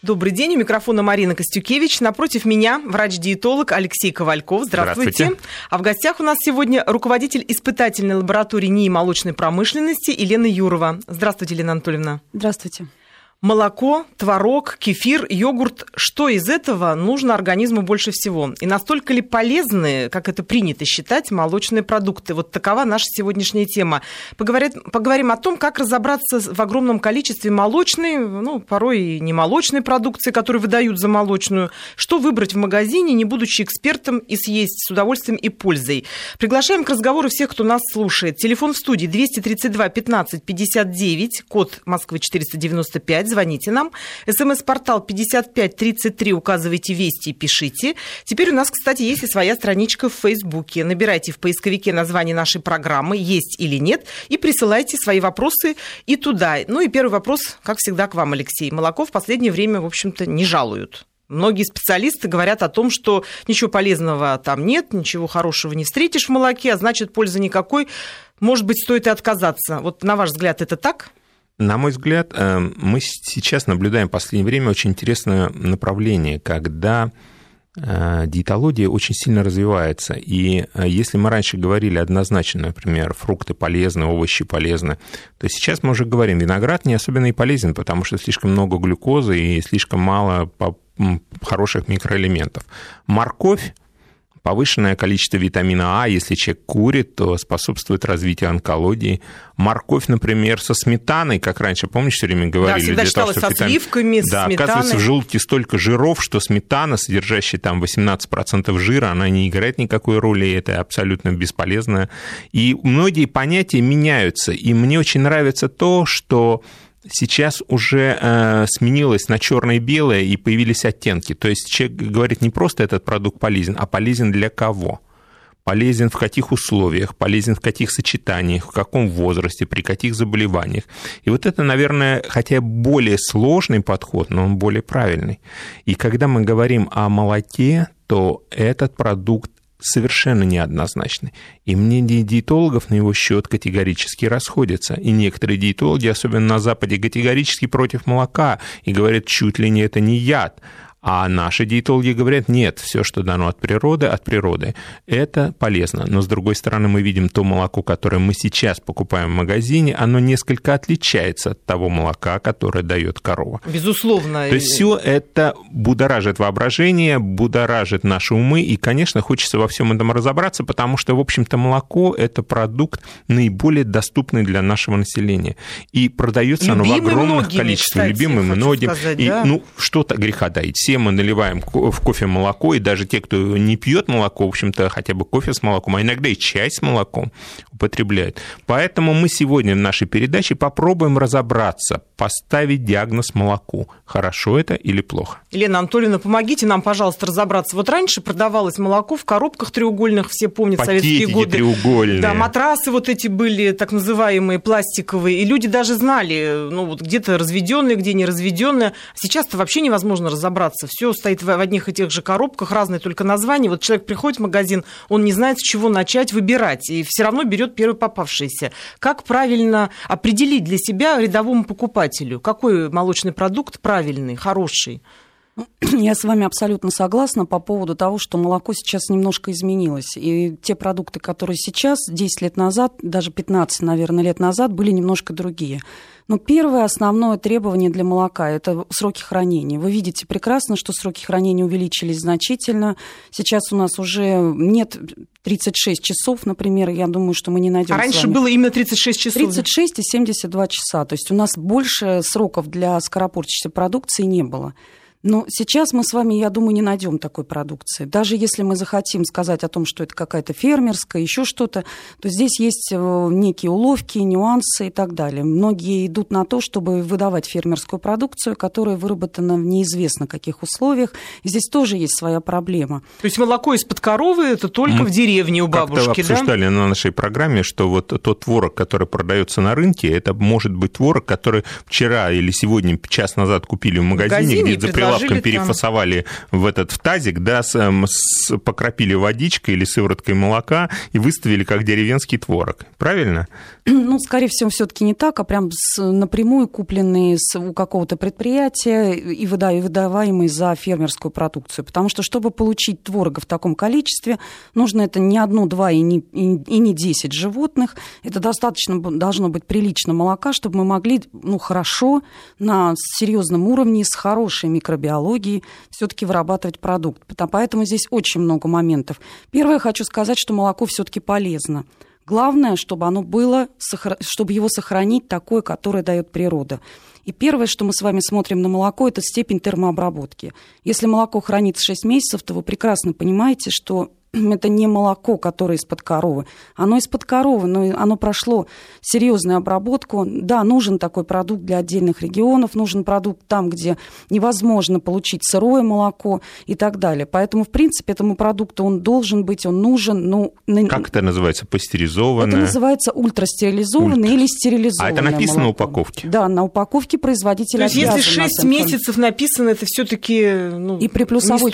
Добрый день, у микрофона Марина Костюкевич. Напротив меня врач-диетолог Алексей Ковальков. Здравствуйте. А в гостях у нас сегодня руководитель испытательной лаборатории НИИ молочной промышленности Елена Юрова. Здравствуйте, Елена Анатольевна. Здравствуйте. Молоко, творог, кефир, йогурт. Что из этого нужно организму больше всего? И настолько ли полезны, как это принято считать, молочные продукты? Вот такова наша сегодняшняя тема. Поговорим о том, как разобраться в огромном количестве молочной, порой и немолочной продукции, которую выдают за молочную. Что выбрать в магазине, не будучи экспертом, и съесть с удовольствием и пользой? Приглашаем к разговору всех, кто нас слушает. Телефон в студии 232 15 59, код Москвы 495. Звоните нам. СМС-портал 5533, указывайте «Вести» и пишите. Теперь у нас, кстати, есть и своя страничка в Фейсбуке. Набирайте в поисковике название нашей программы «Есть или нет» и присылайте свои вопросы и туда. И первый вопрос, как всегда, к вам, Алексей. Молоко в последнее время, в общем-то, не жалуют. Многие специалисты говорят о том, что ничего полезного там нет, ничего хорошего не встретишь в молоке, а значит, пользы никакой. Может быть, стоит и отказаться. Вот на ваш взгляд, это так? На мой взгляд, мы сейчас наблюдаем в последнее время очень интересное направление, когда диетология очень сильно развивается. И если мы раньше говорили однозначно, например, фрукты полезны, овощи полезны, то сейчас мы уже говорим, виноград не особенно и полезен, потому что слишком много глюкозы и слишком мало хороших микроэлементов. Морковь, повышенное количество витамина А, если человек курит, то способствует развитию онкологии. Морковь, например, со сметаной, как раньше, помнишь, все время говорили? Да, всегда считалось со сливками, с сметаной. Оказывается, в желудке столько жиров, что сметана, содержащая там 18% жира, она не играет никакой роли, это абсолютно бесполезно. И многие понятия меняются. И мне очень нравится то, что сейчас уже сменилось на черное и белое, и появились оттенки. То есть человек говорит, не просто этот продукт полезен, а полезен для кого? Полезен в каких условиях, полезен в каких сочетаниях, в каком возрасте, при каких заболеваниях. И вот это, наверное, хотя более сложный подход, но он более правильный. И когда мы говорим о молоке, то этот продукт совершенно неоднозначный. И мнения диетологов на его счет категорически расходятся. И некоторые диетологи, особенно на Западе, категорически против молока и говорят, чуть ли не это не яд. А наши диетологи говорят, нет, все, что дано от природы, это полезно. Но, с другой стороны, мы видим то молоко, которое мы сейчас покупаем в магазине, оно несколько отличается от того молока, которое дает корова. Безусловно. То есть все это будоражит воображение, будоражит наши умы, и, конечно, хочется во всем этом разобраться, потому что, в общем-то, молоко – это продукт наиболее доступный для нашего населения. И продается оно в огромных количествах, любимый многим. Сказать, и, да? Что-то греха таить. Все мы наливаем в кофе молоко, и даже те, кто не пьет молоко, в общем-то, хотя бы кофе с молоком, а иногда и чай с молоком употребляют. Поэтому мы сегодня в нашей передаче попробуем разобраться, поставить диагноз молоку. Хорошо это или плохо? Елена Анатольевна, помогите нам, пожалуйста, разобраться. Вот раньше продавалось молоко в коробках треугольных, все помнят советские годы. Треугольные. Да, матрасы вот эти были, так называемые, пластиковые, и люди даже знали, где-то разведенные, где не разведенные. Сейчас-то вообще невозможно разобраться. Все стоит в одних и тех же коробках, разные только названия. Вот человек приходит в магазин, он не знает, с чего начать выбирать, и все равно берет первый попавшийся. Как правильно определить для себя рядовому покупателю, какой молочный продукт правильный, хороший? Я с вами абсолютно согласна по поводу того, что молоко сейчас немножко изменилось. И те продукты, которые сейчас, 10 лет назад, даже 15, наверное, лет назад, были немножко другие. Но первое основное требование для молока – это сроки хранения. Вы видите прекрасно, что сроки хранения увеличились значительно. Сейчас у нас уже нет 36 часов, например. Я думаю, что мы не найдем. А раньше было именно 36 часов? 36 и 72 часа. То есть у нас больше сроков для скоропортящейся продукции не было. Но сейчас мы с вами, я думаю, не найдем такой продукции. Даже если мы захотим сказать о том, что это какая-то фермерская, еще что-то, то здесь есть некие уловки, нюансы и так далее. Многие идут на то, чтобы выдавать фермерскую продукцию, которая выработана в неизвестно каких условиях. И здесь тоже есть своя проблема. То есть молоко из-под коровы – это только в деревне у бабушки, да? Мы обсуждали на нашей программе, что вот тот творог, который продается на рынке, это может быть творог, который вчера или сегодня, час назад купили в магазине где за прилавком перефасовали в тазик, да, покропили водичкой или сывороткой молока и выставили как деревенский творог. Правильно? Ну, скорее всего, все-таки не так, а прям напрямую купленные у какого-то предприятия и выдаваемые за фермерскую продукцию. Потому что, чтобы получить творога в таком количестве, нужно это не 1-2 и не 10 животных. Это достаточно должно быть прилично молока, чтобы мы могли хорошо, на серьезном уровне, с хорошей микробиологией все-таки вырабатывать продукт. Поэтому здесь очень много моментов. Первое, хочу сказать, что молоко все-таки полезно. Главное, чтобы оно было, чтобы его сохранить такое, которое дает природа. И первое, что мы с вами смотрим на молоко, это степень термообработки. Если молоко хранится 6 месяцев, то вы прекрасно понимаете, что это не молоко, которое из-под коровы. Оно из-под коровы, но оно прошло серьезную обработку. Да, нужен такой продукт для отдельных регионов, нужен продукт там, где невозможно получить сырое молоко и так далее. Поэтому, в принципе, этому продукту он должен быть, он нужен. Как это называется? Пастеризованное? Это называется ультрастерилизованное или стерилизованное молоко. А это написано на упаковке? Да, на упаковке производитель обязан. То есть, если 6 месяцев написано, это все-таки и при плюсовой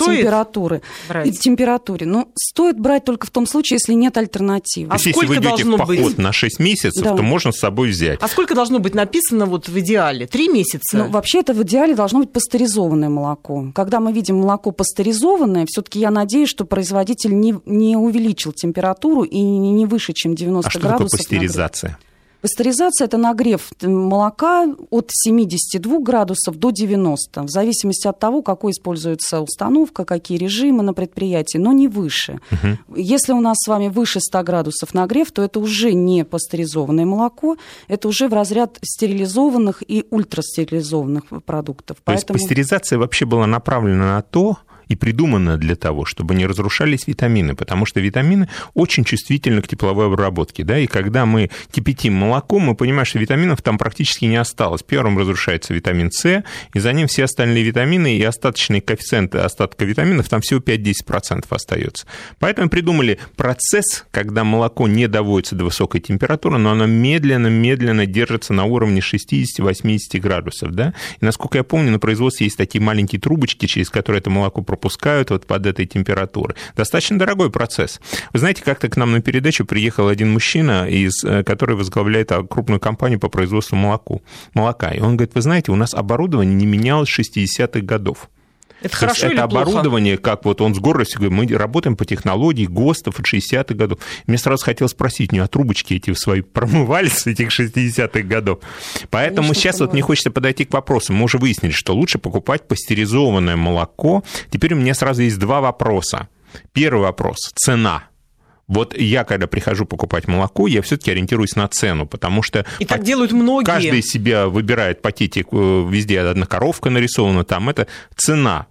температуре. Стоит брать только в том случае, если нет альтернативы. То есть, если вы идете в поход на 6 месяцев, то можно с собой взять. А сколько должно быть написано в идеале? 3 месяца? Вообще это в идеале должно быть пастеризованное молоко. Когда мы видим молоко пастеризованное, все-таки я надеюсь, что производитель не увеличил температуру и не выше, чем 90 градусов. А что такое пастеризация? Пастеризация – это нагрев молока от 72 градусов до 90, в зависимости от того, какой используется установка, какие режимы на предприятии, но не выше. Если у нас с вами выше 100 градусов нагрев, то это уже не пастеризованное молоко, это уже в разряд стерилизованных и ультрастерилизованных продуктов. То есть пастеризация вообще была направлена на то, и придумано для того, чтобы не разрушались витамины, потому что витамины очень чувствительны к тепловой обработке, да, и когда мы кипятим молоко, мы понимаем, что витаминов там практически не осталось. Первым разрушается витамин С, и за ним все остальные витамины, и остаточные коэффициенты остатка витаминов, там всего 5-10% остается. Поэтому придумали процесс, когда молоко не доводится до высокой температуры, но оно медленно держится на уровне 60-80 градусов, да, и, насколько я помню, на производстве есть такие маленькие трубочки, через которые это молоко пропускают под этой температурой. Достаточно дорогой процесс. Вы знаете, как-то к нам на передачу приехал один мужчина, который возглавляет крупную компанию по производству молока. И он говорит, вы знаете, у нас оборудование не менялось с 60-х годов. Это хорошо или плохо? Это оборудование, плохо? как он с гордостью говорит, мы работаем по технологии ГОСТов от 60-х годов. Мне сразу хотелось спросить, а трубочки эти свои промывались с этих 60-х годов? Поэтому конечно, сейчас мне хочется подойти к вопросу. Мы уже выяснили, что лучше покупать пастеризованное молоко. Теперь у меня сразу есть 2 вопроса. Первый вопрос – цена. Вот я, когда прихожу покупать молоко, я все-таки ориентируюсь на цену, потому что... И так делают многие. Каждый из себя выбирает пакетик, везде одна коровка нарисована, там это цена.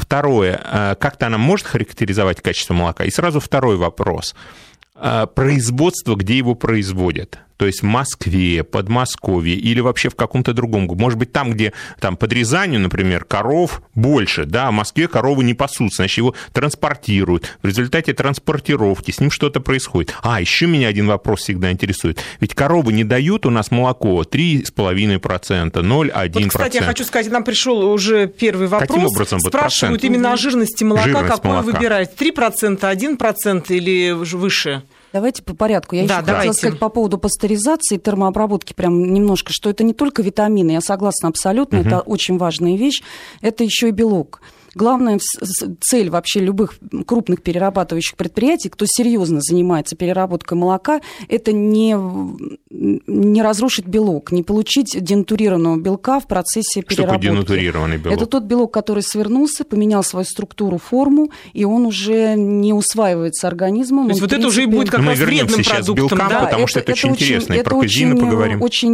Второе, как-то она может характеризовать качество молока? И сразу второй вопрос. Производство, где его производят? То есть в Москве, Подмосковье или вообще в каком-то другом. Может быть, там, где под Рязанью, например, коров больше, да, в Москве коровы не пасутся, значит, его транспортируют. В результате транспортировки с ним что-то происходит. Еще меня один вопрос всегда интересует. Ведь коровы не дают у нас молоко 3,5%, 0,1%. Вот, кстати, я хочу сказать, нам пришел уже первый вопрос. Каким образом? Спрашивают именно о жирности молока. Жирность какой молока. Выбирать? 3%, 1% или выше? Давайте по порядку. Я еще хотела сказать по поводу пастеризации, термообработки прям немножко, что это не только витамины, я согласна абсолютно, это очень важная вещь, это еще и белок. Главная цель вообще любых крупных перерабатывающих предприятий, кто серьезно занимается переработкой молока, это не разрушить белок, не получить денатурированного белка в процессе переработки. Что такое денатурированный белок? Это тот белок, который свернулся, поменял свою структуру, форму, и он уже не усваивается организмом. То есть вот это уже и будет как раз вредным продуктом. Белкам, да? Потому что это очень интересно. И про казеин поговорим. Очень,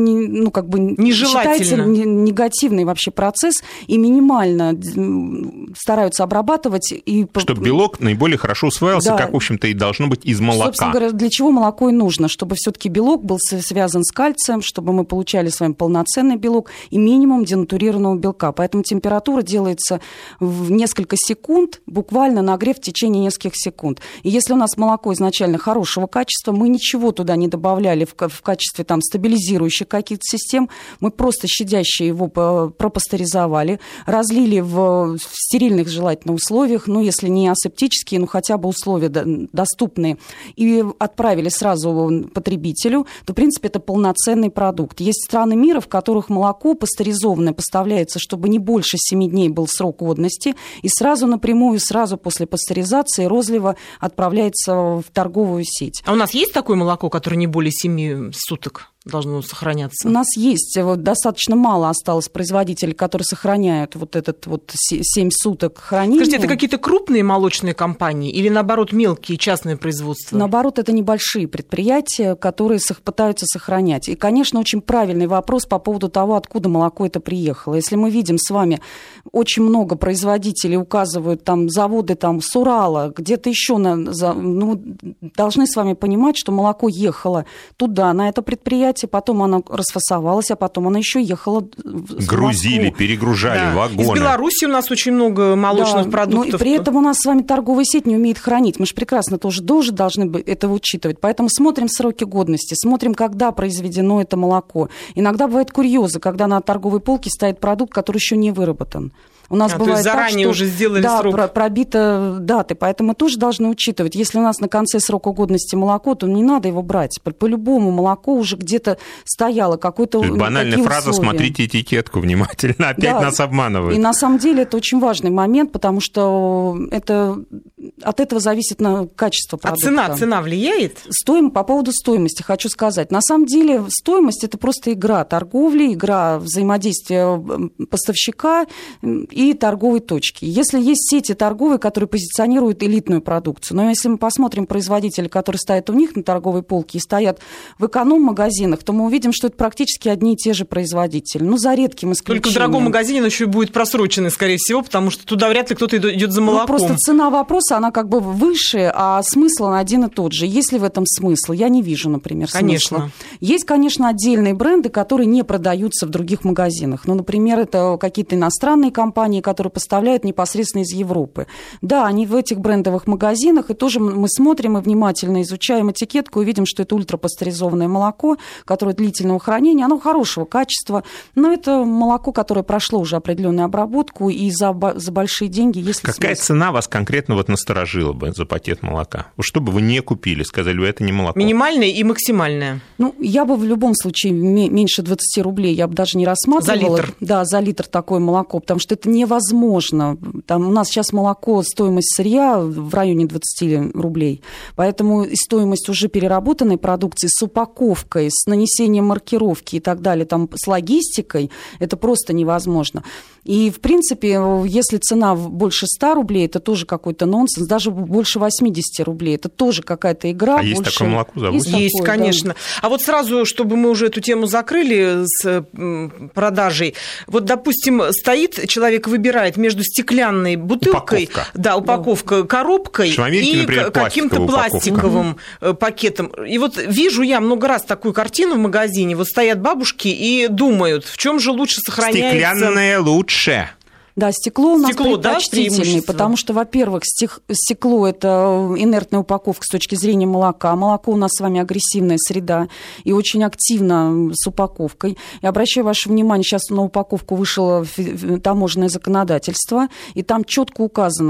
считается негативный вообще процесс, и минимально стараются обрабатывать. Чтобы белок наиболее хорошо усваивался, да, как, в общем-то, и должно быть из молока. Собственно говоря, для чего молоко и нужно? Чтобы все-таки белок был связан с кальцием, чтобы мы получали с вами полноценный белок и минимум денатурированного белка. Поэтому температура делается в несколько секунд, буквально нагрев в течение нескольких секунд. И если у нас молоко изначально хорошего качества, мы ничего туда не добавляли в качестве стабилизирующих каких-то систем, мы просто щадяще его пропастеризовали, разлили в стерильных желательно условиях, ну, если не асептические, ну, хотя бы условия доступные, и отправили сразу потребителю, то, в принципе, это полноценный продукт. Есть страны мира, в которых молоко пастеризованное поставляется, чтобы не больше 7 дней был срок годности, и сразу напрямую, сразу после пастеризации, розлива отправляется в торговую сеть. А у нас есть такое молоко, которое не более 7 суток должно сохраняться? У нас есть, вот, достаточно мало осталось производителей, которые сохраняют вот этот вот 7 суток хранения. Скажите, это какие-то крупные молочные компании или, наоборот, мелкие частные производства? Наоборот, это небольшие предприятия, которые пытаются сохранять. И, конечно, очень правильный вопрос по поводу того, откуда молоко это приехало. Если мы видим с вами, очень много производителей указывают там заводы там, с Урала, где-то еще, ну, должны с вами понимать, что молоко ехало туда, на это предприятие, потом оно расфасовалось, а потом оно еще ехало в грузили, Москву. перегружали вагоны. Из Беларуси у нас очень много молочных продуктов. Ну, и при этом у нас с вами торговая сеть не умеет хранить. Мы же прекрасно тоже должны это учитывать. Поэтому смотрим сроки годности, смотрим, когда произведено это молоко. Иногда бывают курьезы, когда на торговой полке стоит продукт, который еще не выработан. У нас бывает то есть заранее так, что, уже сделали срок. Пробиты даты, поэтому мы тоже должны учитывать. Если у нас на конце срока годности молоко, то не надо его брать. По-любому молоко уже где-то стояло, какой-то банальная фраза условия. Смотрите этикетку внимательно, опять нас обманывают. И на самом деле это очень важный момент, потому что от этого зависит качество продукта. А цена влияет? По поводу стоимости хочу сказать. На самом деле стоимость – это просто игра торговли, игра взаимодействия поставщика и торговой точки. Если есть сети торговые, которые позиционируют элитную продукцию, но если мы посмотрим производителей, которые стоят у них на торговой полке и стоят в эконом-магазинах, то мы увидим, что это практически одни и те же производители. Ну, за редким исключением. Только в дорогом магазине он еще и будет просроченный, скорее всего, потому что туда вряд ли кто-то идет за молоком. Просто цена вопроса, она как бы выше, а смысл он один и тот же. Есть ли в этом смысл? Я не вижу, например, конечно. смысла. Есть, конечно, отдельные бренды, которые не продаются в других магазинах. Ну, например, это какие-то иностранные компании, которые поставляют непосредственно из Европы. Да, они в этих брендовых магазинах, и тоже мы смотрим и внимательно изучаем этикетку и видим, что это ультрапастеризованное молоко, которое длительного хранения, оно хорошего качества, но это молоко, которое прошло уже определенную обработку, и за большие деньги, если... Какая цена вас конкретно вот насторожила бы за пакет молока? Что бы вы не купили, сказали бы, это не молоко? Минимальная и максимальная. Ну, я бы в любом случае меньше 20 рублей я бы даже не рассматривала. За литр? Да, за литр такое молоко, потому что это невозможно. Там у нас сейчас молоко, стоимость сырья в районе 20 рублей. Поэтому стоимость уже переработанной продукции с упаковкой, с нанесением маркировки и так далее, там, с логистикой, это просто невозможно. И, в принципе, если цена больше 100 рублей, это тоже какой-то нонсенс. Даже больше 80 рублей, это тоже какая-то игра. А есть такое молоко? Есть, конечно. Да. А вот сразу, чтобы мы уже эту тему закрыли с продажей, вот, допустим, стоит человек, выбирает между стеклянной бутылкой, упаковка, коробкой и каким-то пластиковым пакетом. И вот вижу я много раз такую картину в магазине, вот стоят бабушки и думают, в чем же лучше сохраняется... Стеклянное лучше. Да, стекло у нас предпочтительнее, потому что, во-первых, стекло – это инертная упаковка с точки зрения молока. Молоко у нас с вами агрессивная среда и очень активно с упаковкой. Я обращаю ваше внимание, сейчас на упаковку вышло таможенное законодательство, и там четко указано,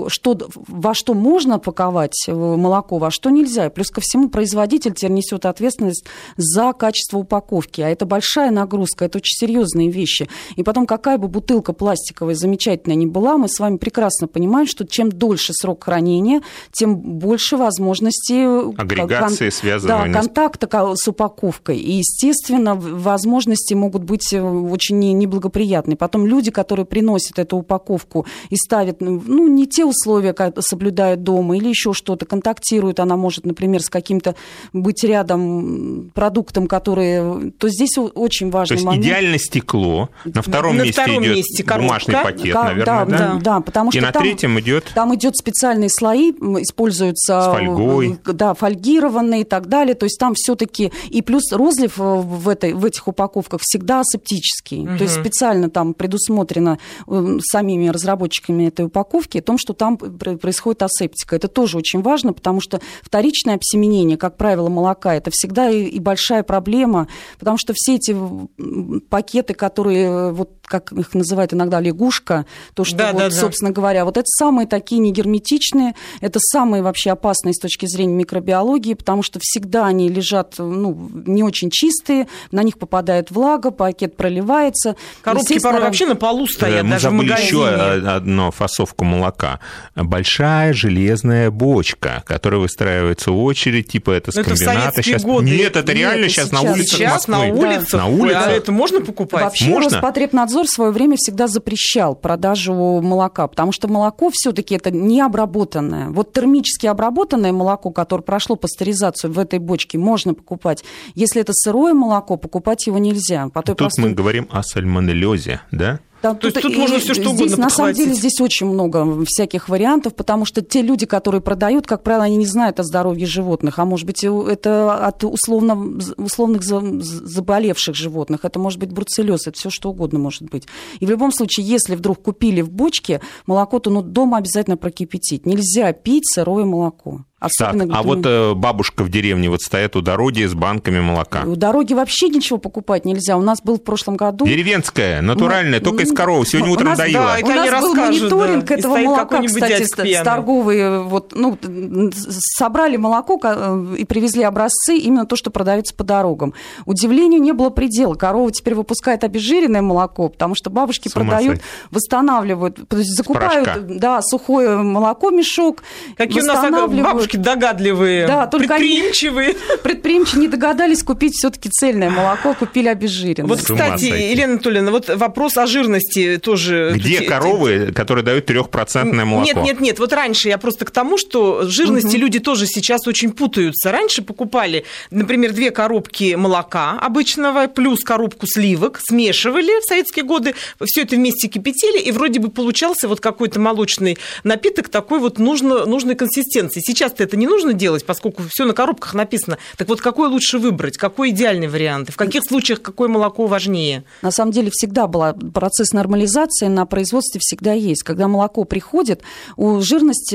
во что можно паковать молоко, во что нельзя. И плюс ко всему производитель теперь несет ответственность за качество упаковки. А это большая нагрузка, это очень серьезные вещи. И потом, какая бы бутылка пластиковая замечательная не была, мы с вами прекрасно понимаем, что чем дольше срок хранения, тем больше возможностей агрегации, связывания, контакта с упаковкой. И, естественно, возможности могут быть очень неблагоприятные. Потом люди, которые приносят эту упаковку и ставят, не те условия, соблюдают дома, или еще что-то, контактируют, она может, например, с каким-то быть рядом продуктом, который... То здесь очень важный момент. То есть идеальное стекло, на втором месте идет бумажный пакет, наверное, да, потому что и на третьем идет... Там идет специальные слои, используются... С фольгой. Да, фольгированные и так далее. То есть там все-таки... И плюс розлив в этих упаковках всегда асептический. То есть специально там предусмотрено самими разработчиками этой упаковки о том, что там происходит асептика. Это тоже очень важно, потому что вторичное обсеменение, как правило, молока, это всегда и большая проблема, потому что все эти пакеты, которые... как их называют иногда, лягушка, то, что собственно говоря, вот это самые такие негерметичные, это самые вообще опасные с точки зрения микробиологии, потому что всегда они лежат, не очень чистые, на них попадает влага, пакет проливается. Коробки порой вообще на полу стоят, мы даже в магазине. Еще одну фасовку молока. Большая железная бочка, которая выстраивается в очередь, типа это с комбината. Сейчас... Нет, это реально сейчас на улицах сейчас Москвы. На улицах. А это можно покупать? Вообще Роспотребнадзор в свое время всегда запрещал продажу молока, потому что молоко все-таки это не обработанное. Вот термически обработанное молоко, которое прошло пастеризацию в этой бочке, можно покупать. Если это сырое молоко, покупать его нельзя. Тут мы говорим о сальмонеллезе, да? Да, то есть тут можно все что угодно подхватить. На самом деле здесь очень много всяких вариантов, потому что те люди, которые продают, как правило, они не знают о здоровье животных, а может быть это от условных заболевших животных, это может быть бруцеллез, это все что угодно может быть. И в любом случае, если вдруг купили в бочке молоко, то дома обязательно прокипятить. Нельзя пить сырое молоко. Так, а вот бабушка в деревне вот стоят у дороги с банками молока. У дороги вообще ничего покупать нельзя. У нас был в прошлом году... Деревенская, натуральная, только из коровы. Сегодня утром доила. У нас был мониторинг этого молока, кстати, с торговые. Собрали молоко и привезли образцы, именно то, что продается по дорогам. Удивлению не было предела. Корова теперь выпускает обезжиренное молоко, потому что бабушки продают, восстанавливают, то есть закупают сухое молоко, мешок, какие восстанавливают. У нас бабушки догадливые, предприимчивые. Предприимчивые не догадались купить все-таки цельное молоко, купили обезжиренное. Вот, кстати, Елена Анатольевна, вот вопрос о жирности тоже. Где коровы, которые дают 3% молоко? Нет. Вот раньше я просто к тому, что жирности люди тоже сейчас очень путаются. Раньше покупали, например, 2 коробки молока обычного плюс коробку сливок, смешивали в советские годы, все это вместе кипятили, и вроде бы получался вот какой-то молочный напиток такой вот нужной консистенции. Сейчас-то это не нужно делать, поскольку все на коробках написано. Так вот, какой лучше выбрать? Какой идеальный вариант? И в каких случаях какое молоко важнее? На самом деле всегда был процесс нормализации на производстве всегда есть. Когда молоко приходит, у жирности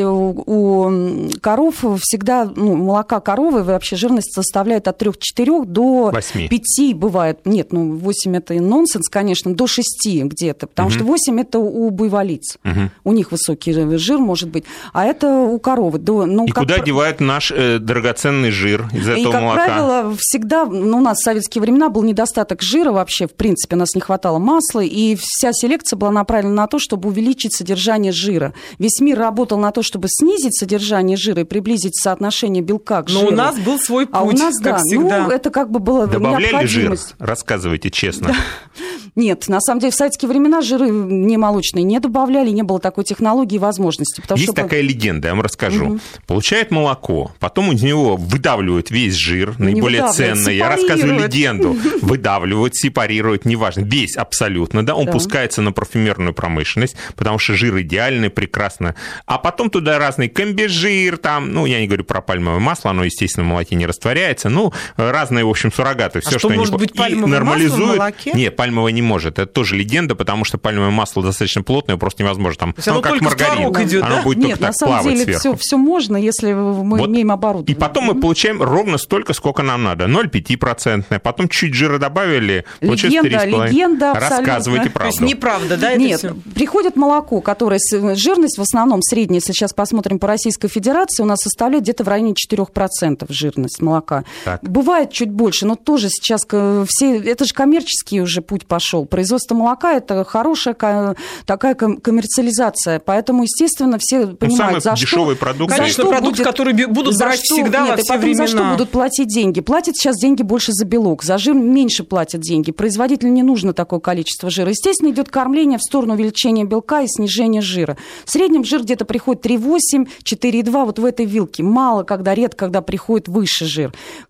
у коров всегда, молока коровы вообще жирность составляет от 3-4 до 8. 5 бывает. Нет, 8 это нонсенс, конечно, до 6 где-то, потому что 8 это у буйволиц. У них высокий жир может быть, а это у коровы. Куда девают наш драгоценный жир из этого молока? Как правило, всегда, у нас в советские времена был недостаток жира вообще, в принципе, у нас не хватало масла, и вся селекция была направлена на то, чтобы увеличить содержание жира. Весь мир работал на то, чтобы снизить содержание жира и приблизить соотношение белка к жиру. Но у нас был свой путь, у нас, как всегда. Это как бы было Добавляли жир? Рассказывайте честно. Да. Нет, на самом деле в советские времена жиры не молочные не добавляли, не было такой технологии и возможности. Есть такая легенда, я вам расскажу. Получает молоко, потом из него выдавливают весь жир, наиболее ценный. Я рассказываю легенду. Выдавливают, сепарируют, неважно, весь абсолютно, да, он пускается на парфюмерную промышленность, потому что жир идеальный, прекрасно. А потом туда разный комбижир, там, я не говорю про пальмовое масло, оно, естественно, в молоке не растворяется, разные, в общем, суррогаты. Все, что может быть пальмовое масло в молоке? Нет, пальмовое не может. Это тоже легенда, потому что пальмовое масло достаточно плотное, просто невозможно. Там, оно как маргарин. Оно будет только так плавать сверху. Нет, все можно, если мы имеем оборудование. И потом мы получаем ровно столько, сколько нам надо. 0,5%. Потом чуть жира добавили, получается 3,5%. Легенда, рассказывайте правду. То есть неправда, да? Нет, приходит молоко, которое жирность в основном средняя, если сейчас посмотрим по Российской Федерации, у нас составляет где-то в районе 4% жирность молока. Так. Бывает чуть больше, но тоже сейчас это же коммерческий уже путь пошел. Производство молока – это хорошая такая коммерциализация, поэтому, естественно, все понимают, за что. Дешевый продукт. Конечно, продукт, который будут брать всегда во все времена. За что будут платить деньги? Платят сейчас деньги больше за белок, за жир меньше платят деньги. Производителю не нужно такое количество жира. Естественно, идет кормление в сторону увеличения белка и снижения жира. В среднем жир где-то приходит 3,8, 4,2 вот в этой вилке. Мало, редко, когда приходит выше жир.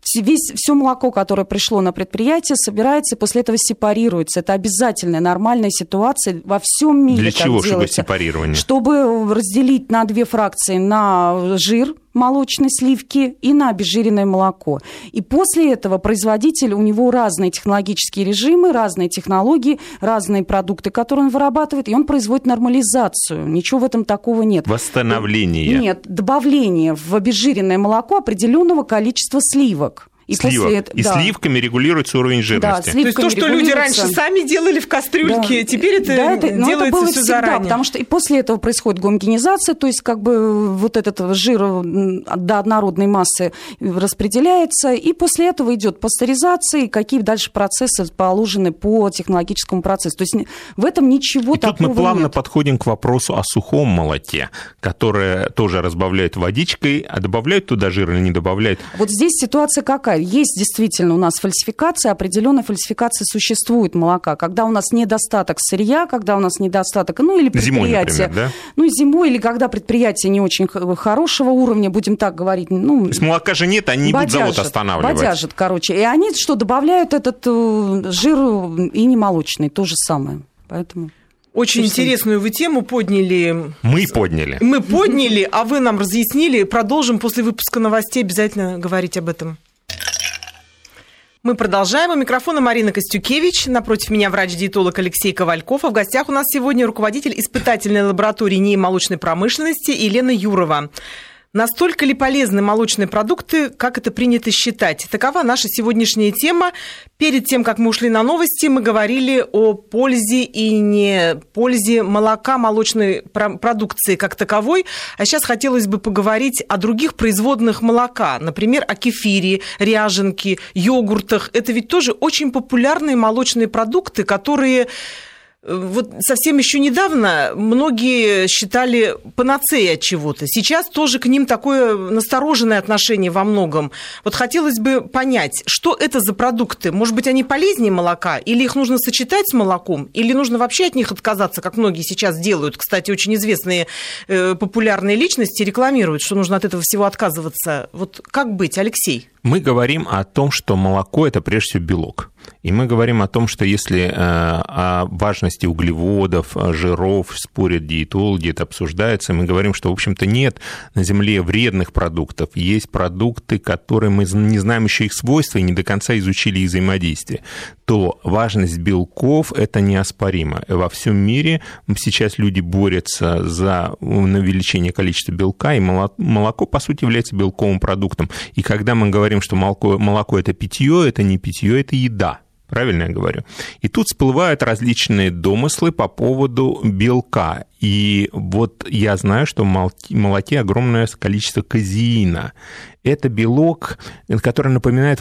Все молоко, которое пришло на предприятие, собирается и после этого сепарируется. Это обязательная нормальная ситуация во всем мире. Для чего, чтобы сепарирование? Чтобы разделить на 2 фракции, на жир молочной сливки и на обезжиренное молоко. И после этого производитель, у него разные технологические режимы, разные технологии, разные продукты, которые он вырабатывает, и он производит нормализацию. Ничего в этом такого нет. Восстановление. Нет, добавление в обезжиренное молоко определенного количества сливок. И сливками регулируется уровень жирности. Да, то есть то, что люди раньше сами делали в кастрюльке, теперь это делается все заранее. Потому что и после этого происходит гомогенизация, то есть как бы вот этот жир до однородной массы распределяется, и после этого идет пастеризация, и какие дальше процессы положены по технологическому процессу. То есть в этом ничего такого нет. Тут мы плавно подходим к вопросу о сухом молоке, которое тоже разбавляют водичкой, а добавляют туда жир или не добавляют? Вот здесь ситуация какая? Есть действительно у нас фальсификация, определенная фальсификация существует молока. Когда у нас недостаток сырья, когда у нас недостаток, или предприятия. Зимой, например, да? Зимой, или когда предприятие не очень хорошего уровня, будем так говорить. То есть молока же нет, они не будут завод останавливать. Бодяжат, короче. И они что, добавляют этот жир и не молочный, то же самое. Поэтому... Очень интересную вы тему подняли. Мы подняли, а вы нам разъяснили. Продолжим после выпуска новостей обязательно говорить об этом. Мы продолжаем. У микрофона Марина Костюкевич. Напротив меня врач-диетолог Алексей Ковальков. А в гостях у нас сегодня руководитель испытательной лаборатории НИИ молочной промышленности Елена Юрова. Настолько ли полезны молочные продукты, как это принято считать? Такова наша сегодняшняя тема. Перед тем, как мы ушли на новости, мы говорили о пользе и не пользе молока, молочной продукции как таковой. А сейчас хотелось бы поговорить о других производных молока. Например, о кефире, ряженке, йогуртах. Это ведь тоже очень популярные молочные продукты, которые... Вот совсем еще недавно многие считали панацеей от чего-то. Сейчас тоже к ним такое настороженное отношение во многом. Вот хотелось бы понять, что это за продукты? Может быть, они полезнее молока? Или их нужно сочетать с молоком? Или нужно вообще от них отказаться, как многие сейчас делают? Кстати, очень известные популярные личности рекламируют, что нужно от этого всего отказываться. Вот как быть, Алексей? Мы говорим о том, что молоко – это прежде всего белок. И мы говорим о том, что если о важности углеводов, жиров спорят диетологи, это обсуждается, мы говорим, что, в общем-то, нет на Земле вредных продуктов. Есть продукты, которые мы не знаем еще их свойства и не до конца изучили их взаимодействие. То важность белков – это неоспоримо. Во всем мире сейчас люди борются за увеличение количества белка, и молоко, по сути, является белковым продуктом. И когда мы говорим, что молоко – это питье, это не питье, это еда. Правильно я говорю? И тут всплывают различные домыслы по поводу белка. И вот я знаю, что в молоке огромное количество казеина. Это белок, который напоминает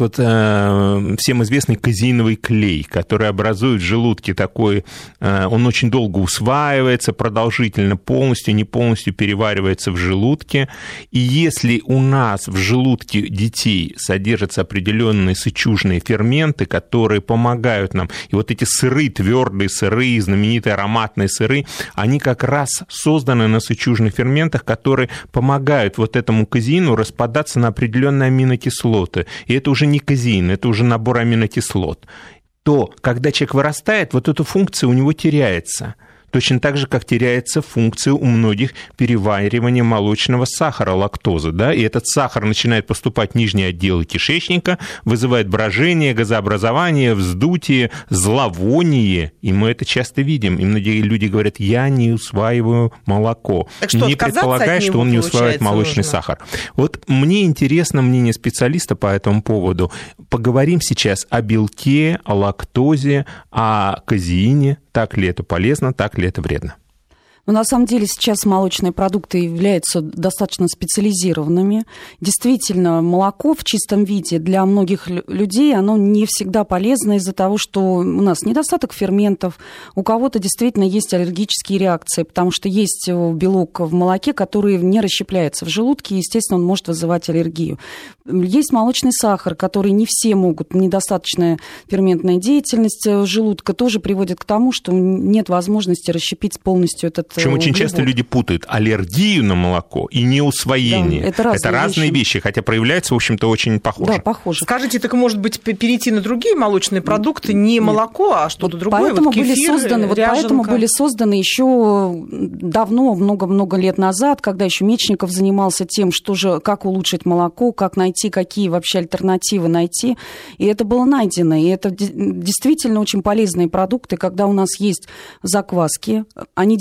всем известный казеиновый клей, который образует в желудке такой, он очень долго усваивается, продолжительно, полностью, не полностью переваривается в желудке. И если у нас в желудке детей содержатся определенные сычужные ферменты, которые помогают нам, и вот эти сыры, твердые сыры, знаменитые ароматные сыры, они как раз созданы на сычужных ферментах, которые помогают вот этому казеину распадаться на определенные аминокислоты. И это уже не казеин, это уже набор аминокислот. То, когда человек вырастает, вот эта функция у него теряется. Точно так же, как теряется функция у многих переваривания молочного сахара, лактозы. Да? И этот сахар начинает поступать в нижние отделы кишечника, вызывает брожение, газообразование, вздутие, зловоние. И мы это часто видим. И многие люди говорят, я не усваиваю молоко, не предполагая, что он не усваивает молочный сахар. Вот мне интересно мнение специалиста по этому поводу. Поговорим сейчас о белке, о лактозе, о казеине. Так ли это полезно, так ли это вредно? Но на самом деле сейчас молочные продукты являются достаточно специализированными. Действительно, молоко в чистом виде для многих людей, оно не всегда полезно из-за того, что у нас недостаток ферментов, у кого-то действительно есть аллергические реакции, потому что есть белок в молоке, который не расщепляется в желудке, и, естественно, он может вызывать аллергию. Есть молочный сахар, который не все могут, недостаточная ферментная деятельность желудка тоже приводит к тому, что нет возможности расщепить полностью этот Причем очень часто люди путают аллергию на молоко и неусвоение. Да, это разные вещи, хотя проявляются, в общем-то, очень похоже. Да, похоже. Скажите, так может быть перейти на другие молочные продукты, не молоко, а что-то другое? Поэтому были созданы еще давно, много-много лет назад, когда еще Мечников занимался тем, как улучшить молоко, как найти, какие вообще альтернативы найти. И это было найдено. И это действительно очень полезные продукты, когда у нас есть закваски. Они действительно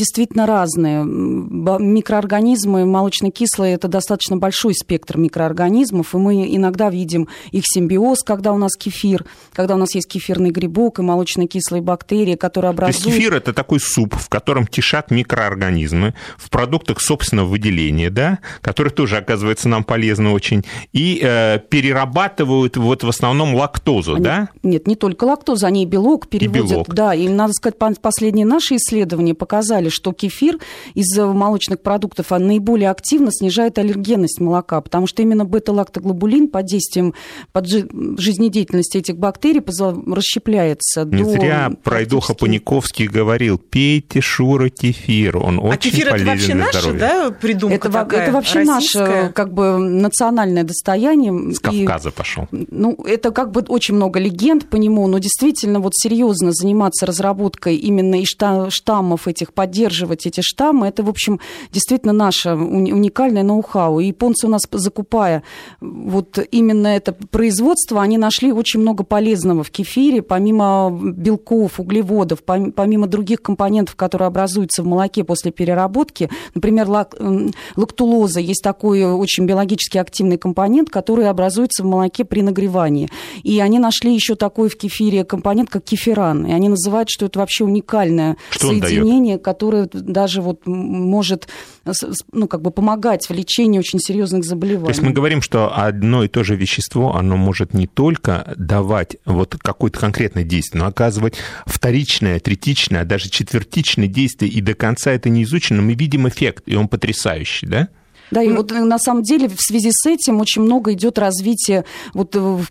абсолютно разные. Микроорганизмы молочнокислые – это достаточно большой спектр микроорганизмов, и мы иногда видим их симбиоз, когда у нас кефир, когда у нас есть кефирный грибок и молочнокислые бактерии, которые образуют... То есть кефир – это такой суп, в котором кишат микроорганизмы, в продуктах собственного выделения, да, которые тоже, оказывается, нам полезны очень, и перерабатывают вот в основном лактозу, да? Нет, не только лактозу, они и белок переводят. И белок. Да, и, надо сказать, последние наши исследования показали, что кефир из молочных продуктов наиболее активно снижает аллергенность молока, потому что именно бета-лактоглобулин под действием жизнедеятельности этих бактерий расщепляется. Не зря пройдоха Паниковский говорил: пейте, Шура, кефир, он очень полезен для здоровья. Да, придумка такая, это вообще российская? Наше как бы национальное достояние. С Кавказа пошел. Ну, это как бы очень много легенд по нему, но действительно вот серьезно заниматься разработкой именно и штаммов этих, поддерживать эти штаммы, это, в общем, действительно наше уникальное ноу-хау. И японцы у нас, закупая вот именно это производство, они нашли очень много полезного в кефире, помимо белков, углеводов, помимо других компонентов, которые образуются в молоке после переработки. Например, лактулоза. Есть такой очень биологически активный компонент, который образуется в молоке при нагревании. И они нашли еще такой в кефире компонент, как кефиран. И они называют, что это вообще уникальное соединение, которое даже вот может как бы помогать в лечении очень серьезных заболеваний. То есть мы говорим, что одно и то же вещество, оно может не только давать вот какое-то конкретное действие, но оказывать вторичное, третичное, даже четвертичное действие, и до конца это не изучено, мы видим эффект, и он потрясающий, да? Да, и вот на самом деле в связи с этим очень много идет развитие вот в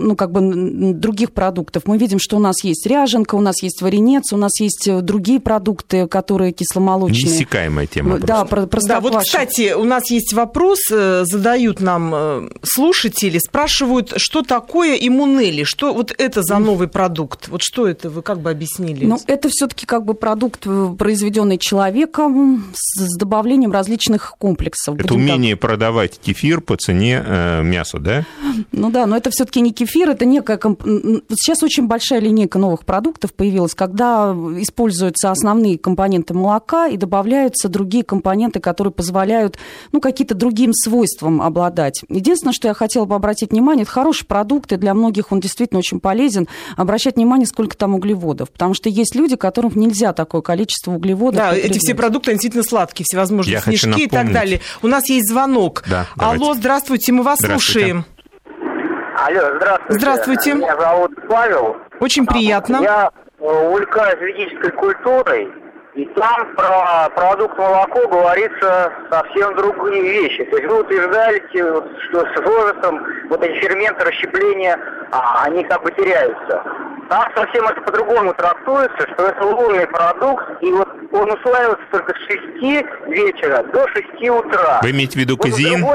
других продуктов. Мы видим, что у нас есть ряженка, у нас есть варенец, у нас есть другие продукты, которые кисломолочные. Неиссякаемая тема. Да, да, вот, кстати, у нас есть вопрос, задают нам слушатели, спрашивают, что такое иммунели, что вот это за новый продукт, вот что это, вы как бы объяснили? Ну, это все-таки как бы продукт, произведенный человеком с добавлением различных комплексов. Это умение продавать кефир по цене мяса, да? Ну да, но это все-таки не кефир, это некая... Сейчас очень большая линейка новых продуктов появилась, когда используются основные компоненты молока и добавляются другие компоненты, которые позволяют, какие-то другим свойствам обладать. Единственное, что я хотела бы обратить внимание, это хороший продукт, и для многих он действительно очень полезен. Обращать внимание, сколько там углеводов, потому что есть люди, которым нельзя такое количество углеводов. Да, эти все продукты действительно сладкие, всевозможные снежки и так далее. У нас есть звонок. Да, алло, здравствуйте, мы вас слушаем. Алло, здравствуйте. Здравствуйте. Меня зовут Павел. Очень приятно. Я увлекаюсь ведической культурой, и там про продукт молоко говорится совсем другие вещи. То есть вы утверждаете, что с возрастом вот эти ферменты расщепления, они как бы теряются. Там совсем это по-другому трактуется, что это лунный продукт, и вот он усваивается только с 6 вечера до 6 утра. Вы имеете в виду казеин?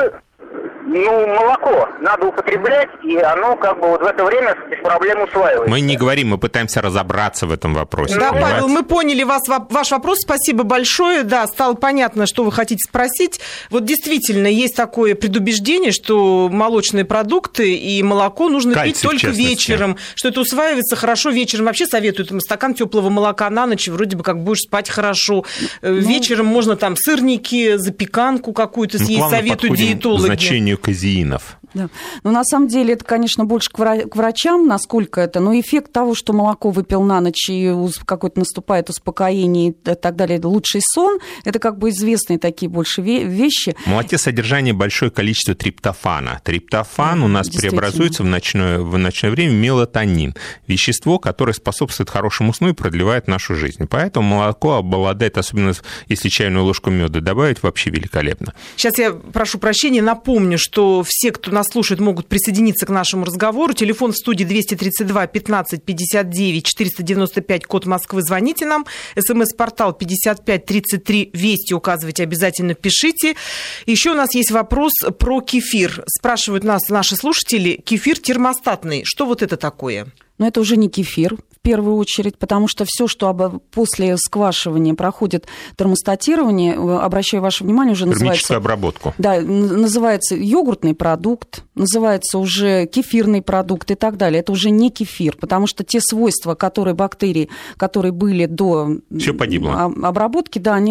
Молоко надо употреблять, и оно как бы вот в это время без проблем усваивается. Мы не говорим, мы пытаемся разобраться в этом вопросе. Да, Павел, мы поняли ваш вопрос, спасибо большое. Да, стало понятно, что вы хотите спросить. Вот действительно, есть такое предубеждение, что молочные продукты и молоко нужно пить только вечером, что это усваивается хорошо вечером. Вообще советуют стакан теплого молока на ночь, вроде бы как будешь спать хорошо. Вечером можно там сырники, запеканку какую-то съесть, советуют диетологи. К значению казеинов. Да. Но на самом деле это, конечно, больше к врачам, насколько это, но эффект того, что молоко выпил на ночь и какое-то наступает успокоение и так далее, лучший сон, это как бы известные такие больше вещи. В молоке содержание большое количество триптофана. Триптофан у нас преобразуется в ночное время в мелатонин, вещество, которое способствует хорошему сну и продлевает нашу жизнь. Поэтому молоко обладает, особенно если чайную ложку меда добавить, вообще великолепно. Сейчас я прошу прощения, напомню, что все, кто нас слушает, могут присоединиться к нашему разговору. Телефон в студии 232 15 59 495, код Москвы. Звоните нам. СМС-портал 5533 Вести. Указывайте, обязательно пишите. Еще у нас есть вопрос про кефир. Спрашивают нас наши слушатели. Кефир термостатный. Что вот это такое? Но это уже не кефир, в первую очередь, потому что все, что после сквашивания проходит термостатирование, обращаю ваше внимание, уже называется... Термическую обработку. Да, называется йогуртный продукт, называется уже кефирный продукт и так далее. Это уже не кефир, потому что те свойства, бактерии, которые были до всё погибло. Обработки, да, они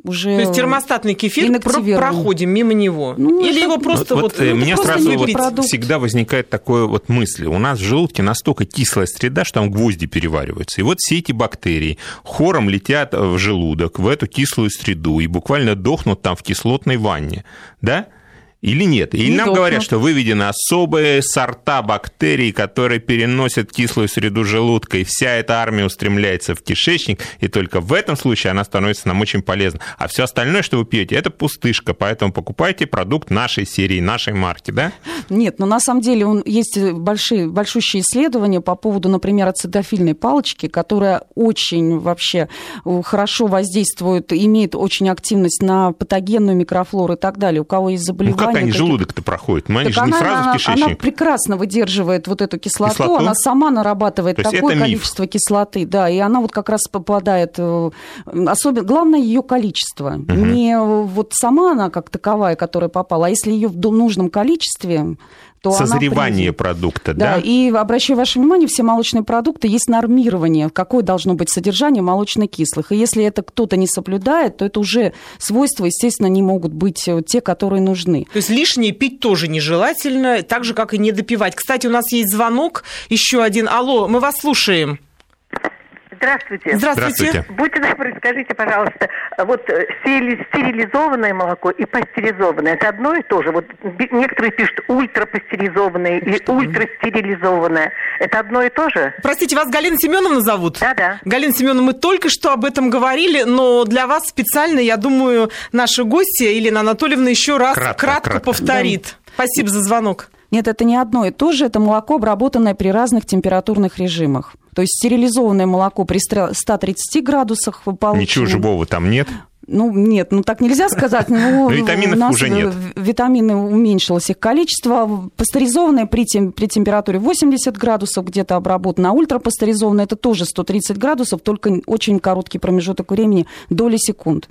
уже... То есть термостатный кефир, проходим мимо него? Или его просто у меня сразу всегда возникает такая вот мысль. У нас в желудке настолько кислая среда, что там гвозди перевариваются. И вот все эти бактерии хором летят в желудок, в эту кислую среду, и буквально дохнут там в кислотной ванне. Да? Или нет? Или нам говорят, что выведены особые сорта бактерий, которые переносят кислую среду желудка, и вся эта армия устремляется в кишечник, и только в этом случае она становится нам очень полезна. А все остальное, что вы пьете, это пустышка, поэтому покупайте продукт нашей серии, нашей марки, да? Нет, но на самом деле есть большущие исследования по поводу, например, ацидофильной палочки, которая очень вообще хорошо воздействует, имеет очень активность на патогенную микрофлору и так далее. У кого есть заболевания... Как они желудок-то проходят? Они же не сразу в кишечник. Она прекрасно выдерживает вот эту кислоту, она сама нарабатывает такое количество кислоты, да, и она вот как раз попадает, особенно, главное ее количество, не вот сама она как таковая, которая попала, а если ее в нужном количестве, то созревание продукта, да? Да, и обращаю ваше внимание, все молочные продукты, есть нормирование, какое должно быть содержание молочнокислых. И если это кто-то не соблюдает, то это уже свойства, естественно, не могут быть те, которые нужны. То есть лишнее пить тоже нежелательно, так же, как и не допивать. Кстати, у нас есть звонок, еще один. Алло, мы вас слушаем. Здравствуйте. Здравствуйте. Будьте добры, скажите, пожалуйста, вот стерилизованное молоко и пастеризованное, это одно и то же? Вот некоторые пишут ультрапастеризованное и ультрастерилизованное. Это одно и то же? Простите, вас Галина Семеновна зовут? Да. Галина Семеновна, мы только что об этом говорили, но для вас специально, я думаю, наша гостья Елена Анатольевна еще раз кратко повторит. Да. Спасибо за звонок. Нет, это не одно и то же, это молоко, обработанное при разных температурных режимах. То есть стерилизованное молоко при 130 градусах получено. Ничего живого там нет? Нет, так нельзя сказать. Витаминов уже нет. Витамины уменьшилось их количество. Пастеризованное при температуре 80 градусов где-то обработано, а ультрапастеризованное это тоже 130 градусов, только очень короткий промежуток времени, доли секунд.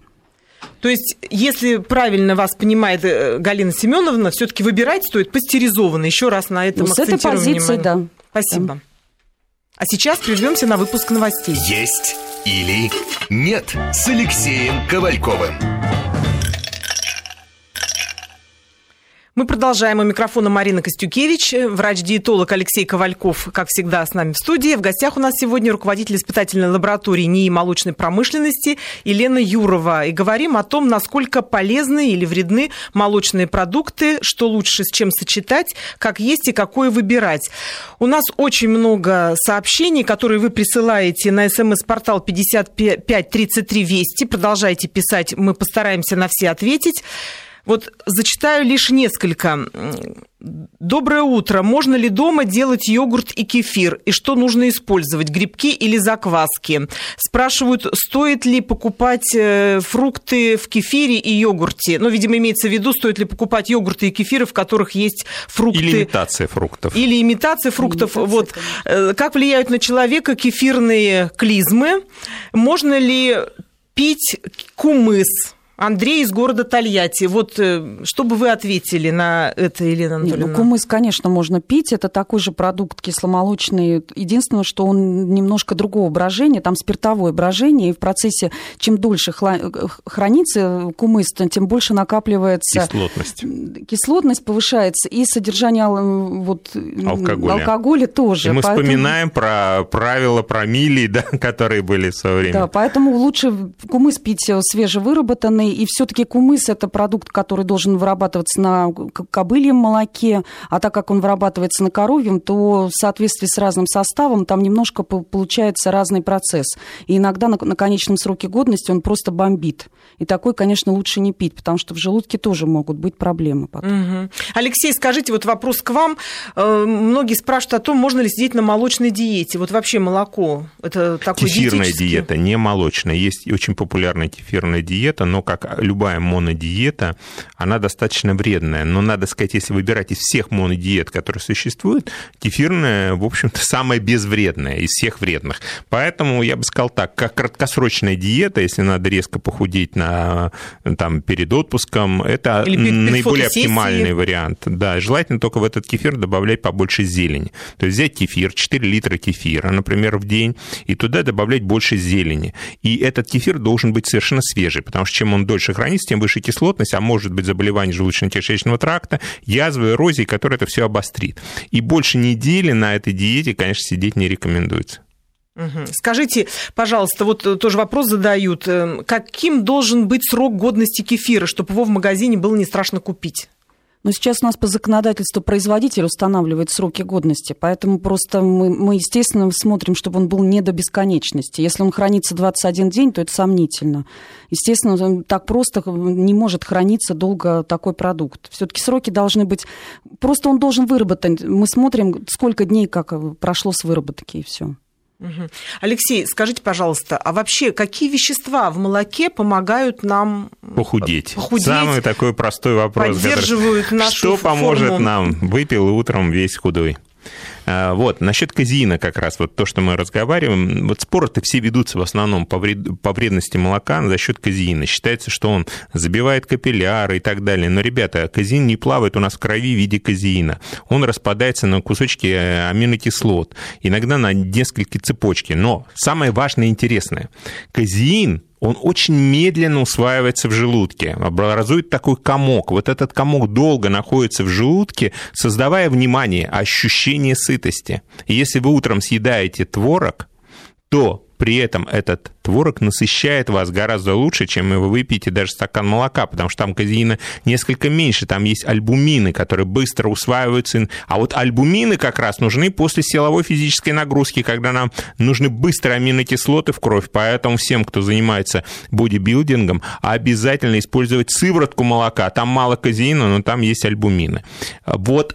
То есть, если правильно вас понимает Галина Семеновна, все-таки выбирать стоит пастеризованный. Еще раз на этом акцентируем внимание. С этой позиции, да. Спасибо. Да. А сейчас прервемся на выпуск новостей. Есть или нет с Алексеем Ковальковым. Мы продолжаем. У микрофона Марина Костюкевич, врач-диетолог Алексей Ковальков, как всегда, с нами в студии. В гостях у нас сегодня руководитель испытательной лаборатории НИИ молочной промышленности Елена Юрова. И говорим о том, насколько полезны или вредны молочные продукты, что лучше с чем сочетать, как есть и какое выбирать. У нас очень много сообщений, которые вы присылаете на СМС-портал 5533 Вести. Продолжайте писать, мы постараемся на все ответить. Вот зачитаю лишь несколько. Доброе утро. Можно ли дома делать йогурт и кефир? И что нужно использовать, грибки или закваски? Спрашивают, стоит ли покупать фрукты в кефире и йогурте? Видимо, имеется в виду, стоит ли покупать йогурты и кефиры, в которых есть фрукты. Или имитация фруктов. Или имитация фруктов. Как влияют на человека кефирные клизмы? Можно ли пить кумыс? Андрей из города Тольятти. Что бы вы ответили на это, Елена Анатольевна? Кумыс, конечно, можно пить. Это такой же продукт кисломолочный. Единственное, что он немножко другого брожения. Там спиртовое брожение. И в процессе, чем дольше хранится кумыс, тем больше накапливается... Кислотность. Кислотность повышается. И содержание алкоголя тоже. И мы вспоминаем про правила промилле, да, которые были в свое время. Да, поэтому лучше кумыс пить свежевыработанный. И все-таки кумыс – это продукт, который должен вырабатываться на кобыльем молоке, а так как он вырабатывается на коровьем, то в соответствии с разным составом там немножко получается разный процесс. И иногда на конечном сроке годности он просто бомбит. И такой, конечно, лучше не пить, потому что в желудке тоже могут быть проблемы потом. Угу. Алексей, скажите, вопрос к вам. Многие спрашивают о том, можно ли сидеть на молочной диете. Вообще молоко – это такой кефирная диета, не молочная. Есть очень популярная кефирная диета, но как любая монодиета, она достаточно вредная. Но надо сказать, если выбирать из всех монодиет, которые существуют, кефирная, в общем-то, самая безвредная из всех вредных. Поэтому я бы сказал так, как краткосрочная диета, если надо резко похудеть перед отпуском, это наиболее оптимальный вариант. Да, желательно только в этот кефир добавлять побольше зелени. То есть взять кефир, 4 литра кефира, например, в день, и туда добавлять больше зелени. И этот кефир должен быть совершенно свежий, потому что чем он он дольше хранится, тем выше кислотность, а может быть заболевание желудочно-кишечного тракта, язвы, эрозии, которое это все обострит. И больше недели на этой диете, конечно, сидеть не рекомендуется. Скажите, пожалуйста, вот тоже вопрос задают, каким должен быть срок годности кефира, чтобы его в магазине было не страшно купить? Но сейчас у нас по законодательству производитель устанавливает сроки годности, поэтому просто мы, естественно, смотрим, чтобы он был не до бесконечности. Если он хранится 21 день, то это сомнительно. Естественно, так просто не может храниться долго такой продукт. Все-таки сроки должны быть... Просто он должен выработать. Мы смотрим, сколько дней как прошло с выработки, и все. Алексей, скажите, пожалуйста, а вообще какие вещества в молоке помогают нам похудеть? Самый такой простой вопрос. Поддерживают нашу Что поможет форму? нам? Выпил утром весь худой. Вот, насчет казеина как раз, вот то, что мы разговариваем, вот споры-то все ведутся в основном по вредности молока за счет казеина. Считается, что он забивает капилляры и так далее. Но, ребята, казеин не плавает у нас в крови в виде казеина. Он распадается на кусочки аминокислот, иногда на несколько цепочки. Но самое важное и интересное, казеин, он очень медленно усваивается в желудке, образует такой комок. Вот этот комок долго находится в желудке, создавая, внимание, ощущение сытости. И если вы утром съедаете творог, то при этом этот творог насыщает вас гораздо лучше, чем вы выпьете даже стакан молока, потому что там казеина несколько меньше, там есть альбумины, которые быстро усваиваются. А вот альбумины как раз нужны после силовой физической нагрузки, когда нам нужны быстрые аминокислоты в кровь, поэтому всем, кто занимается бодибилдингом, обязательно использовать сыворотку молока. Там мало казеина, но там есть альбумины. Вот.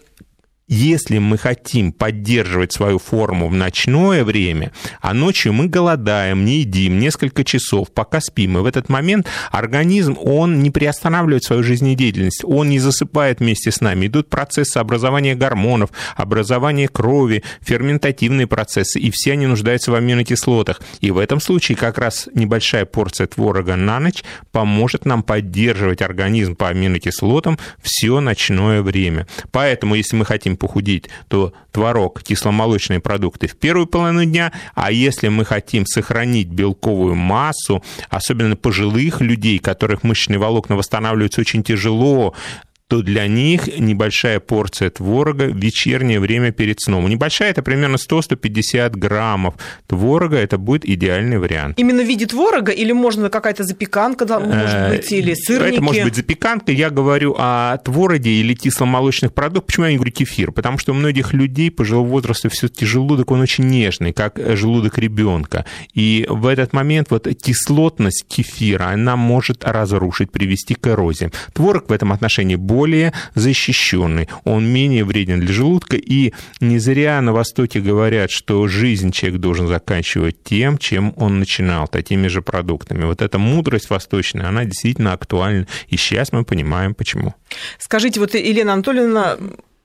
Если мы хотим поддерживать свою форму в ночное время, а ночью мы голодаем, не едим несколько часов, пока спим, и в этот момент организм, он не приостанавливает свою жизнедеятельность, он не засыпает вместе с нами. Идут процессы образования гормонов, образования крови, ферментативные процессы, и все они нуждаются в аминокислотах. И в этом случае как раз небольшая порция творога на ночь поможет нам поддерживать организм по аминокислотам все ночное время. Поэтому, если мы хотим похудеть, то творог, кисломолочные продукты в первую половину дня, а если мы хотим сохранить белковую массу, особенно пожилых людей, которых мышечные волокна восстанавливаются очень тяжело, то для них небольшая порция творога в вечернее время перед сном. Небольшая — это примерно 100-150 граммов творога, это будет идеальный вариант. Именно в виде творога или можно какая-то запеканка, может быть, или сырники? Это может быть запеканка. Я говорю о твороге или кисломолочных продуктах. Почему я не говорю кефир? Потому что у многих людей пожилого возраста все-таки желудок, он очень нежный, как желудок ребенка. И в этот момент вот кислотность кефира, она может разрушить, привести к эрозии. Творог в этом отношении более защищенный, он менее вреден для желудка, и не зря на Востоке говорят, что жизнь человек должен заканчивать тем, чем он начинал, такими же продуктами. Вот эта мудрость восточная, она действительно актуальна, и сейчас мы понимаем, почему. Скажите, вот Елена Анатольевна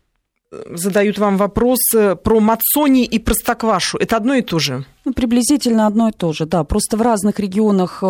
задают вам вопрос про мацони и простоквашу. Это одно и то же? Приблизительно одно и то же, да. Просто в разных регионах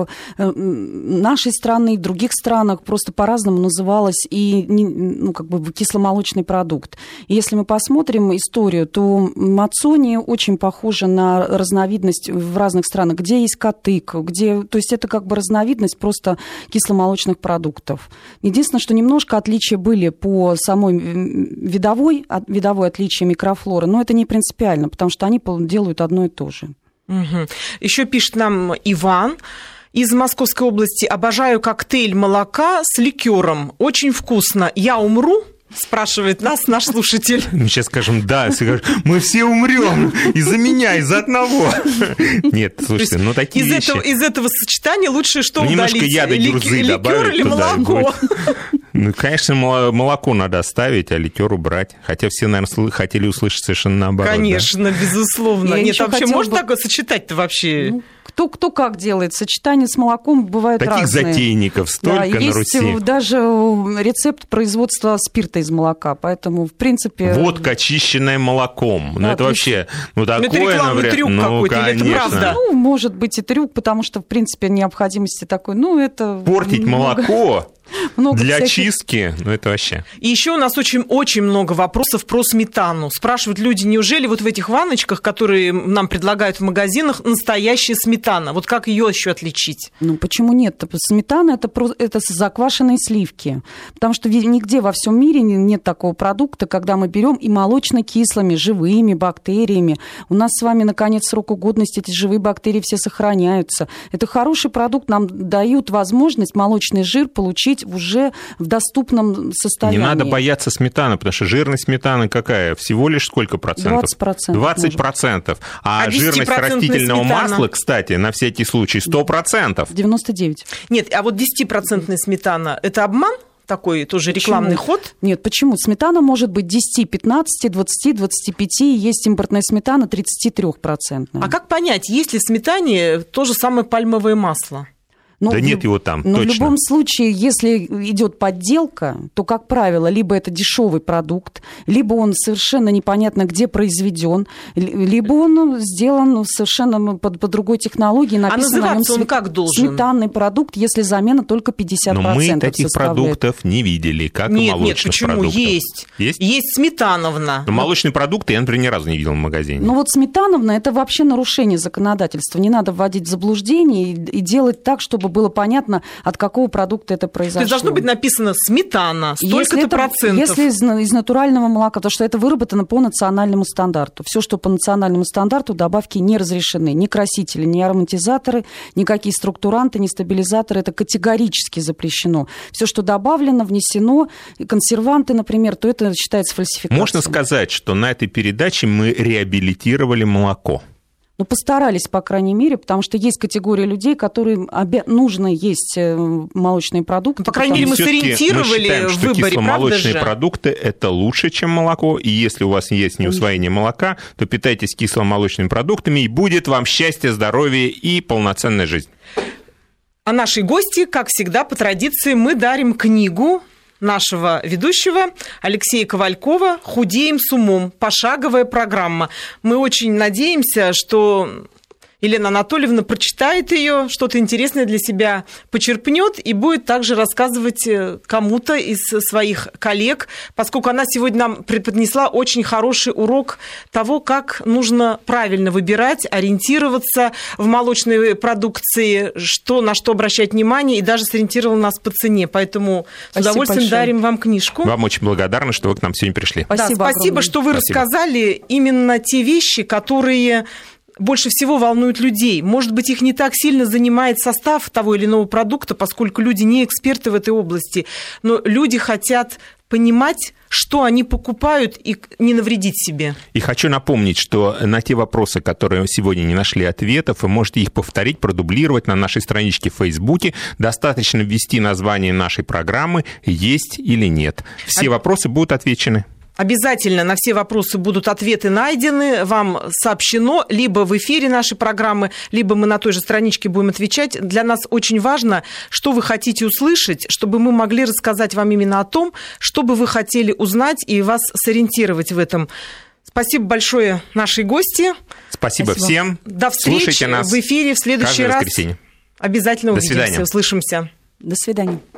нашей страны, в других странах просто по-разному называлось и кисломолочный продукт. И если мы посмотрим историю, то мацони очень похожа на разновидность в разных странах, где есть катык, то есть это как бы разновидность просто кисломолочных продуктов. Единственное, что немножко отличия были по самой видовой отличие микрофлоры, но это не принципиально, потому что они делают одно и то же. Угу. Еще пишет нам Иван из Московской области. Обожаю коктейль молока с ликером. Очень вкусно. Я умру? Спрашивает нас наш слушатель. Мы сейчас скажем, да, мы все умрем из-за меня, из-за одного. Нет, слушайте, ну такие вещи. Из этого сочетания лучше что удалить? Немножко яда гюрзы добавить. Ликер или молоко? Ну, конечно, молоко надо оставить, а ликер убрать. Хотя все, наверное, хотели услышать совершенно наоборот. Конечно, да? Безусловно. Я Нет, вообще можно такое сочетать-то вообще? Ну, кто как делает. Сочетание с молоком бывают таких разные. Таких затейников столько да, на Руси. Есть даже рецепт производства спирта из молока, поэтому, в принципе... Водка, очищенная молоком. Да, ну, это вообще... Ну, такое, это рекламный трюк какой-то, или это правда? Ну, может быть и трюк, потому что, в принципе, необходимости такой, это... Портить молоко... Для чистки, это вообще. И еще у нас очень много вопросов про сметану. Спрашивают люди, неужели вот в этих ванночках, которые нам предлагают в магазинах, настоящая сметана? Вот как ее еще отличить? Почему нет? Сметана это заквашенные сливки. Потому что нигде во всем мире нет такого продукта, когда мы берем и молочно-кислыми, живыми бактериями. У нас с вами, наконец, сроку годности эти живые бактерии все сохраняются. Это хороший продукт, нам дают возможность молочный жир получить уже в доступном состоянии. Не надо бояться сметаны, потому что жирность сметаны какая? Всего лишь сколько процентов? 20%. 20%. А жирность растительного масла, кстати, на всякий случай, 100%. 99%. Нет, а вот 10% сметана – это обман? Такой тоже рекламный ход? Нет, почему? Сметана может быть 10, 15, 20, 25, есть импортная сметана 33%. А как понять, есть ли в сметане то же самое пальмовое масло? Нет его там, но точно. В любом случае, если идет подделка, то, как правило, либо это дешевый продукт, либо он совершенно непонятно где произведен, либо он сделан совершенно по другой технологии. Написано, а называться он как должен? Сметанный продукт, если замена только 50%. Но мы таких продуктов не видели, как и молочных продуктов. Нет, почему? Есть сметановна. Но молочные продукты я, например, ни разу не видел в магазине. Сметановна – это вообще нарушение законодательства. Не надо вводить в заблуждение и делать так, чтобы было понятно, от какого продукта это произошло. То есть должно быть написано сметана, столько-то процентов. Если из натурального молока, потому что это выработано по национальному стандарту. Все, что по национальному стандарту, добавки не разрешены. Ни красители, ни ароматизаторы, никакие структуранты, ни стабилизаторы. Это категорически запрещено. Все, что добавлено, внесено, консерванты, например, то это считается фальсификацией. Можно сказать, что на этой передаче мы реабилитировали молоко. Постарались, по крайней мере, потому что есть категория людей, которым нужно есть молочные продукты. По крайней мере, мы сориентировали мы считаем, в что выборе, кисломолочные продукты – это лучше, чем молоко, и если у вас есть неусвоение молока, то питайтесь кисломолочными продуктами, и будет вам счастье, здоровье и полноценная жизнь. А нашей гости, как всегда, по традиции, мы дарим книгу нашего ведущего Алексея Ковалькова «Худеем с умом. Пошаговая программа». Мы очень надеемся, что Елена Анатольевна прочитает ее, что-то интересное для себя почерпнет и будет также рассказывать кому-то из своих коллег, поскольку она сегодня нам преподнесла очень хороший урок того, как нужно правильно выбирать, ориентироваться в молочной продукции, на что обращать внимание, и даже сориентировала нас по цене. Поэтому с удовольствием дарим вам книжку. Вам очень благодарны, что вы к нам сегодня пришли. Спасибо, что вы рассказали именно те вещи, которые больше всего волнуют людей. Может быть, их не так сильно занимает состав того или иного продукта, поскольку люди не эксперты в этой области, но люди хотят понимать, что они покупают, и не навредить себе. И хочу напомнить, что на те вопросы, которые сегодня не нашли ответов, вы можете их повторить, продублировать на нашей страничке в Фейсбуке. Достаточно ввести название нашей программы «Есть или нет». Все вопросы будут отвечены. Обязательно на все вопросы будут ответы найдены, вам сообщено либо в эфире нашей программы, либо мы на той же страничке будем отвечать. Для нас очень важно, что вы хотите услышать, чтобы мы могли рассказать вам именно о том, что бы вы хотели узнать и вас сориентировать в этом. Спасибо большое нашей гости. Спасибо всем. До встречи. Слушайте нас в эфире в следующий раз. Воскресенье. Обязательно До увидимся, свидания. услышимся. До свидания.